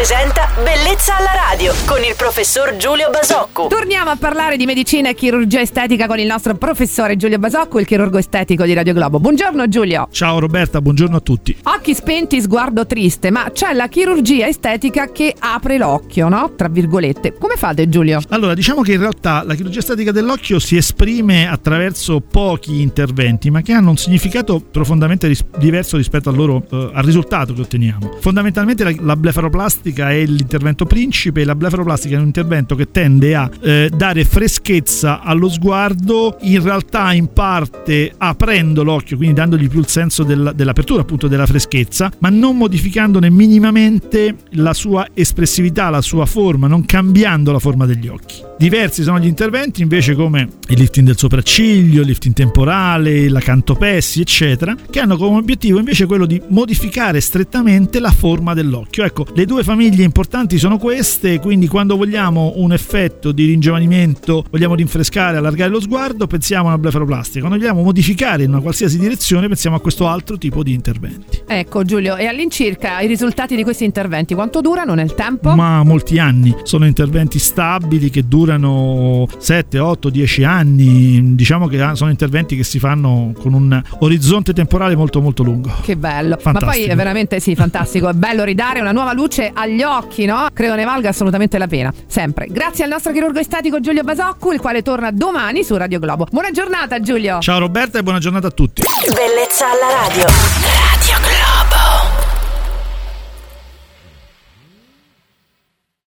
presenta Bellezza alla radio con il professor Giulio Basocco. Torniamo a parlare di medicina e chirurgia estetica con il nostro professore Giulio Basocco, il chirurgo estetico di Radio Globo. Buongiorno Giulio. Ciao Roberta, buongiorno a tutti. Occhi spenti, sguardo triste, ma c'è la chirurgia estetica che apre l'occhio, no? Tra virgolette. Come fate Giulio? Allora, diciamo che in realtà la chirurgia estetica dell'occhio si esprime attraverso pochi interventi, ma che hanno un significato profondamente diverso rispetto al risultato che otteniamo. Fondamentalmente la blefaroplastica è l'intervento principe, e la blefaroplastica è un intervento che tende a dare freschezza allo sguardo, in realtà in parte aprendo l'occhio, quindi dandogli più il senso dell'apertura, appunto della freschezza, ma non modificandone minimamente la sua espressività, la sua forma, non cambiando la forma degli occhi. Diversi sono gli interventi invece come il lifting del sopracciglio, il lifting temporale, la cantopessi, eccetera, che hanno come obiettivo invece quello di modificare strettamente la forma dell'occhio. Ecco, le due famiglie importanti sono queste, quindi quando vogliamo un effetto di ringiovanimento, vogliamo rinfrescare, allargare lo sguardo, pensiamo a una blefaroplastica. Quando vogliamo modificare in una qualsiasi direzione, pensiamo a questo altro tipo di interventi. Ecco Giulio, e all'incirca i risultati di questi interventi quanto durano nel tempo? Ma molti anni, sono interventi stabili che durano 7, 8, 10 anni, diciamo che sono interventi che si fanno con un orizzonte temporale molto molto lungo. Che bello, fantastico. Ma poi è veramente sì, fantastico, è bello ridare una nuova luce agli occhi, no? Credo ne valga assolutamente la pena, sempre. Grazie al nostro chirurgo estetico Giulio Basocco, il quale torna domani su Radio Globo. Buona giornata Giulio. Ciao Roberta e buona giornata a tutti. Bellezza alla radio.